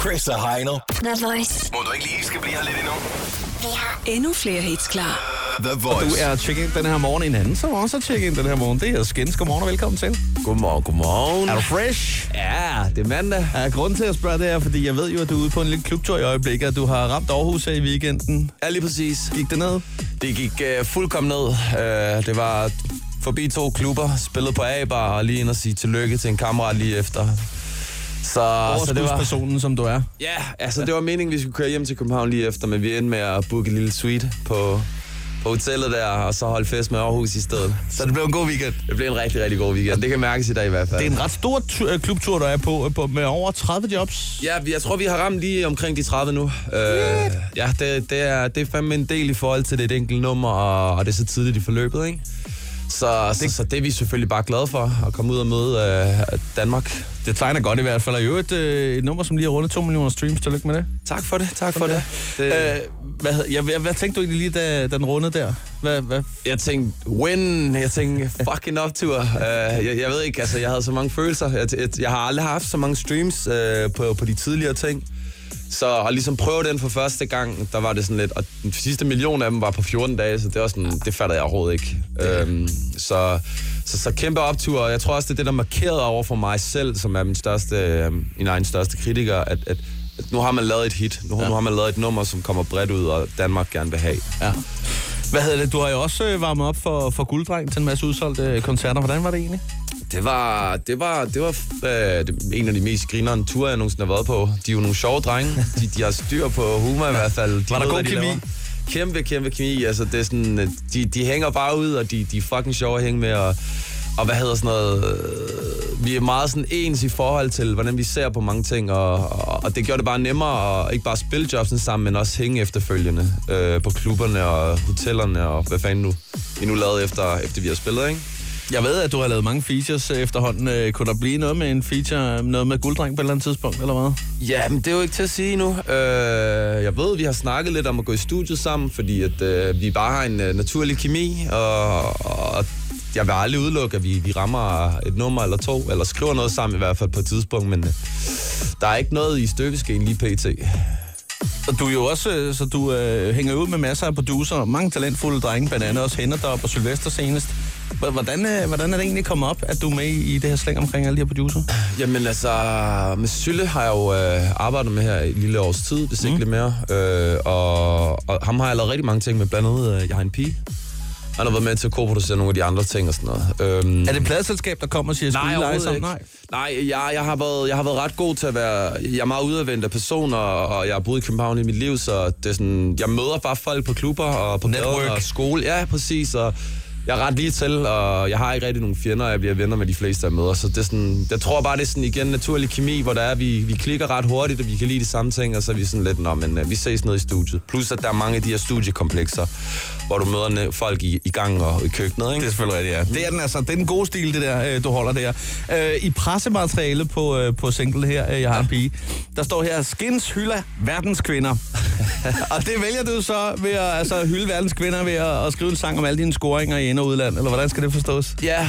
Chris og Heino. The Voice. Må du ikke lige skal blive her lidt endnu? Vi har endnu flere hits klar. The Voice. Du er tjekket ind den her morgen. En anden, som også er tjekket ind den her morgen, det er Skins. Godmorgen og velkommen til. Godmorgen. Er du fresh? Ja, det er mandag. Ja, grunden til at spørge det er, fordi jeg ved jo, at du er ude på en lille klubtur i øjeblikket, at du har ramt Aarhus her i weekenden. Ja, lige præcis. Gik det ned? Det gik fuldkommen ned. Det var forbi 2 klubber, spillet på A-bar og lige ind og sige tillykke til en kammerat lige efter. Så det var personen, som du er. Ja, altså det var meningen, vi skulle køre hjem til København lige efter, men vi endte med at booke en lille suite på hotellet der, og så holde fest med Aarhus i stedet. Så det blev en god weekend. Det blev en rigtig, rigtig god weekend. Det kan mærkes i dag i hvert fald. Det er en ret stor klubtur, der er på med over 30 jobs. Ja, jeg tror, vi har ramt lige omkring de 30 nu. Ja, det er fandme en del i forhold til det enkelt nummer, og det er så tidligt i forløbet, ikke? Så det er vi selvfølgelig bare glade for, at komme ud og møde Danmark. Det tegner godt i hvert fald, og jo et nummer, som lige har rundet 2 millioner streams. Tillykke med det. Tak for det. Hvad tænkte du egentlig lige, da den rundede der? Hvad? Jeg tænkte, win. Jeg tænkte, fucking optur. Jeg ved ikke, altså jeg havde så mange følelser. Jeg har aldrig haft så mange streams på de tidligere ting. Så at ligesom prøve den for første gang, der var det sådan lidt, og den sidste million af dem var på 14 dage, så det var sådan, det fatter jeg overhovedet ikke. Så kæmpe optur, og jeg tror også, det er det, der markerede over for mig selv, som er min egen største kritiker, at nu har man lavet et hit, nu har man lavet et nummer, som kommer bredt ud, og Danmark gerne vil have. Ja. Hvad hedder det? Du har jo også varmet op for Gulddreng til en masse udsolgte koncerter. Hvordan var det egentlig? Det var en af de mest grinerende ture, jeg nogensinde har været på. De er jo nogle sjove drenge. De har styr på humor i hvert fald. Var der god kemi? Kæmpe kemi. Altså, det er sådan, de hænger bare ud, og de er fucking sjove at hænge med. Og hvad hedder sådan noget... Vi er meget sådan ens i forhold til, hvordan vi ser på mange ting, og det gjorde det bare nemmere at ikke bare spille jobsen sammen, men også hænge efterfølgende på klubberne og hotellerne, og hvad fanden vi nu lavede efter vi har spillet, ikke? Jeg ved, at du har lavet mange features efterhånden. Kunne der blive noget med en feature, noget med Gulddreng på et eller andet tidspunkt, eller hvad? Ja, men det er jo ikke til at sige nu. Jeg ved, vi har snakket lidt om at gå i studiet sammen, fordi at vi bare har en naturlig kemi, og jeg vil aldrig udelukke, at vi rammer et nummer eller 2, eller skriver noget sammen i hvert fald på et tidspunkt, men der er ikke noget i støbeskeen lige pt. Og du er jo også, så du hænger ud med masser af producer, mange talentfulde drenge, blandt andet også Hennedop og Sylvester senest. Hvordan er det egentlig kommet op, at du er med i det her slæng omkring alle de her producer? Jamen altså, med Sylle har jeg jo arbejdet med her i et lille års tid, hvis ikke lidt mere. Og ham har jeg lavet rigtig mange ting med, blandt andet Jeg har en pige. Han har været med til at koproducere nogle af de andre ting og sådan noget. Er det et pladeselskab, der kommer og siger, nej, jeg har været ret god til at være... Jeg er meget udadvendt af personer, og jeg har boet i København i mit liv, så det er sådan... Jeg møder bare folk på klubber og på gader og skole. Ja, præcis, og jeg er ret lige til, og jeg har ikke rigtig nogen fjender, og jeg bliver venner med de fleste, jeg møder. Så det er sådan... Jeg tror bare, det er sådan igen naturlig kemi, hvor der er, vi klikker ret hurtigt, og vi kan lide de samme ting, og så er vi sådan lidt, men vi ses ned i studiet. Plus, at der er mange af de her studiekomplekser, hvor du møder folk i gang og i køkkenet, ikke? Det er selvfølgelig rigtigt, ja. Det er den altså. Det er den gode stil, det der, du holder der. I pressematerialet på single her, Jeg har en pige, der står her, Skins hylder verdens kvinder. Og det vælger du så ved at hylde verdens kvinder ved at skrive en sang om alle dine scoringer i ind- og udland, eller hvordan skal det forstås? Ja,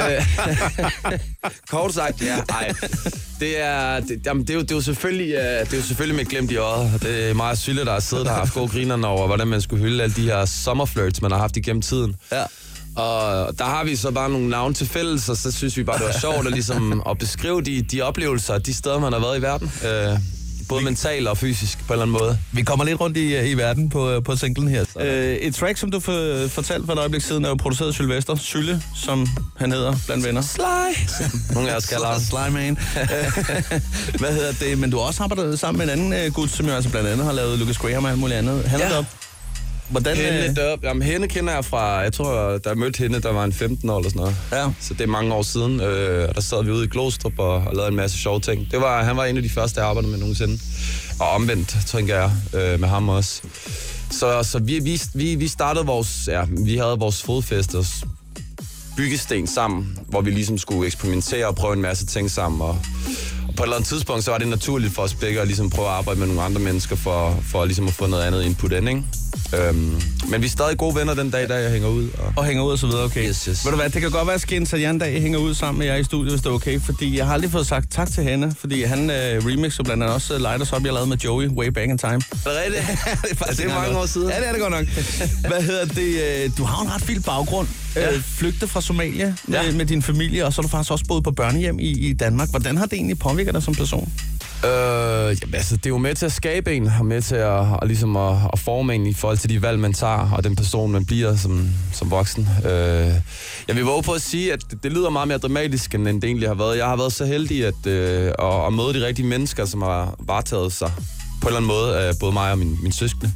kort sagt, ja. Ej. Det er jo selvfølgelig med glemt i øjet. Det er meget Sylle, der har siddet og haft gode grinerne over, hvordan man skulle hylde alle de her sommerflirts, man har haft igennem tiden. Ja. Og der har vi så bare nogle navne til fælles, og så synes vi bare, det var sjovt at beskrive de oplevelser, de steder, man har været i verden. Både mentalt og fysisk på en eller anden måde. Vi kommer lidt rundt i verden på singlen her. Et track, som du fortalte for et øjeblik siden, er jo produceret af Sylvester. Sylle, som han hedder blandt venner. Sly! Nogle af os kalder ham. Sly man. Hvad hedder det? Men du har også arbejdet sammen med en anden gut, som jo altså blandt andet har lavet Lucas Graham og alt muligt andet. Hennedop. Hvordan? Hennedop. Jamen, hende kender jeg fra, jeg tror, da jeg mødte hende, der var en 15 år eller sådan noget. Ja. Så det er mange år siden. Der sad vi ude i Glostrup og lavede en masse sjove ting. Han var en af de første, jeg arbejdede med nogensinde. Og omvendt, tænker jeg, med ham også. Så vi startede vi havde vores fodfæsters byggesten sammen, hvor vi ligesom skulle eksperimentere og prøve en masse ting sammen. Og på et eller andet tidspunkt, så var det naturligt for os begge at ligesom prøve at arbejde med nogle andre mennesker for ligesom at få noget andet input ind, ikke? Men vi er stadig gode venner den dag, da jeg hænger ud. Og hænger ud og så videre, okay. Yes. Ved du hvad, det kan godt være Skins, at jeg en dag hænger ud sammen med jer i studiet, hvis det er okay. Fordi jeg har aldrig fået sagt tak til hende, fordi han remixer blandt andet også Lighters Up, jeg lavede med Joey way back in time. Er det rigtigt? Det er mange år siden. Ja, det er det godt nok. Hvad hedder det? Du har en ret vild baggrund. Flygte fra Somalia med din familie, og så er du faktisk også boet på børnehjem i Danmark. Hvordan har det egentlig påvirket dig som person? Jamen, altså, det er jo med til at skabe en, og med til at forme en i forhold til de valg, man tager, og den person, man bliver som voksen. Jeg vil våge på at sige, at det lyder meget mere dramatisk, end det egentlig har været. Jeg har været så heldig at møde de rigtige mennesker, som har varetaget sig på en eller anden måde, både mig og min søskende.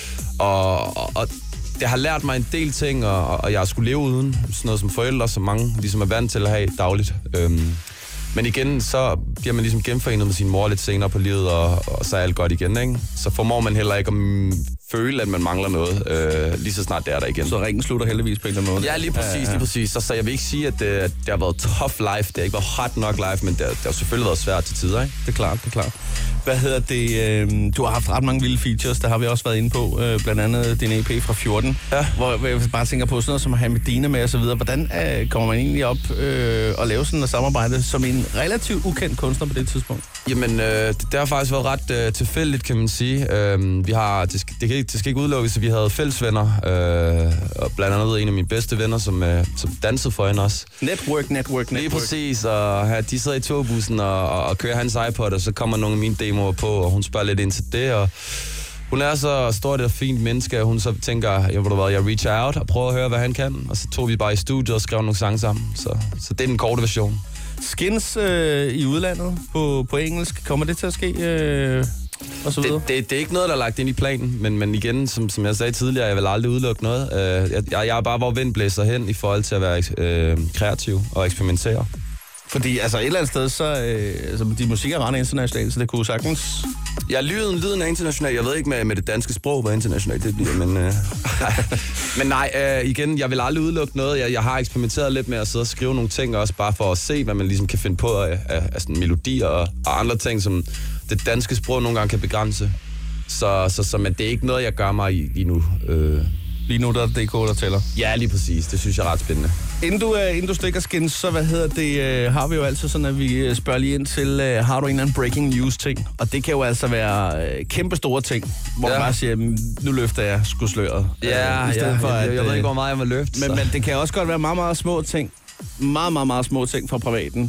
Og det har lært mig en del ting, og jeg skulle leve uden sådan noget som forældre, som mange ligesom er vant til at have dagligt. Men igen, så bliver man ligesom genforenet med sin mor lidt senere på livet, og så er alt godt igen, ikke? Så formår man heller ikke at føle, at man mangler noget, lige så snart det er der igen. Så ringen slutter heldigvis på en eller anden måde. Ja, lige præcis. Så jeg vil ikke sige, at det har været tough life. Det har ikke været hot nok life, men det har selvfølgelig været svært til tider, ikke? Det er klart. Hvad hedder det? Du har haft ret mange vilde features, der har vi også været inde på. Blandt andet din EP fra 14. Ja. Hvor jeg bare tænker på sådan noget som at have Medina med og så videre. Hvordan kommer man egentlig op og lave sådan et samarbejde som en relativt ukendt kunstner på det tidspunkt? Jamen, det har faktisk været ret tilfældigt, kan man sige. Vi har, det skal ikke udelukkes, at vi havde fælles venner. Og blandt andet en af mine bedste venner, som dansede for hende også. Network. Lige præcis, og de sidder i togbussen og kører hans iPod, og så kommer nogle af mine demoer på, og hun spørger lidt ind til det, og hun er så stort og fint menneske, og hun så tænker, jeg reach out og prøver at høre, hvad han kan, og så tog vi bare i studiet og skrev nogle sange sammen, så det er den korte version. Skins i udlandet på engelsk, kommer det til at ske? Og så videre? Det er ikke noget, der er lagt ind i planen, men igen, som jeg sagde tidligere, jeg vil aldrig udelukke noget. Jeg er bare, hvor vind blæser hen i forhold til at være kreativ og eksperimentere. Fordi altså et eller andet sted, så de musik er ret internationalt, så det kunne sagtens... Ja, lyden er international. Jeg ved ikke med det danske sprog, hvor internationalt det bliver, men... Men nej, igen, jeg vil aldrig udelukke noget. Jeg har eksperimenteret lidt med at sidde og skrive nogle ting, også bare for at se, hvad man ligesom kan finde på af sådan melodier og andre ting, som det danske sprog nogle gange kan begrænse. Men det er ikke noget, jeg gør mig i lige nu. Lige nu der er DK, der tæller. Ja, lige præcis. Det synes jeg er ret spændende. Inden du stikker Skins, så har vi jo altid sådan, at vi spørger lige ind til, har du en eller anden breaking news ting? Og det kan jo altså være kæmpe store ting, hvor man bare siger, nu løfter jeg sgu sløret. Ja, for, jeg ved ikke, hvor meget jeg må løfte. Men det kan også godt være meget, meget små ting. Meget små ting fra privaten.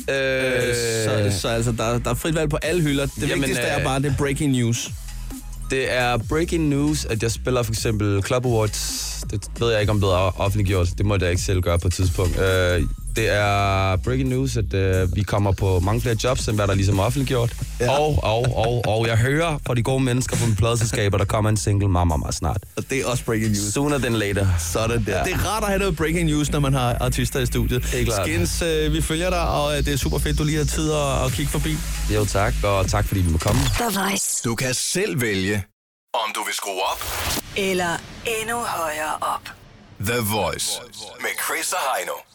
Så altså, der er frit valg på alle hylder. Det vigtigste er bare, det er breaking news. Det er breaking news, at jeg spiller for eksempel Club Awards. Det ved jeg ikke, om det er offentliggjort. Det må jeg ikke selv gøre på et tidspunkt. Det er breaking news, at vi kommer på mange flere jobs, end hvad der ligesom er offentliggjort. Ja. Og jeg hører fra de gode mennesker på mine pladeselskaber, der kommer en single meget snart. Og det er også breaking news. Sooner than later. Sådan der. Ja. Det er rart at have noget breaking news, når man har artister i studiet. Skins, vi følger dig, og det er super fedt, du lige har tid at kigge forbi. Jo tak, og tak fordi vi må komme. The Voice. Du kan selv vælge, om du vil skrue op eller endnu højere op. The Voice med Chris og Heino.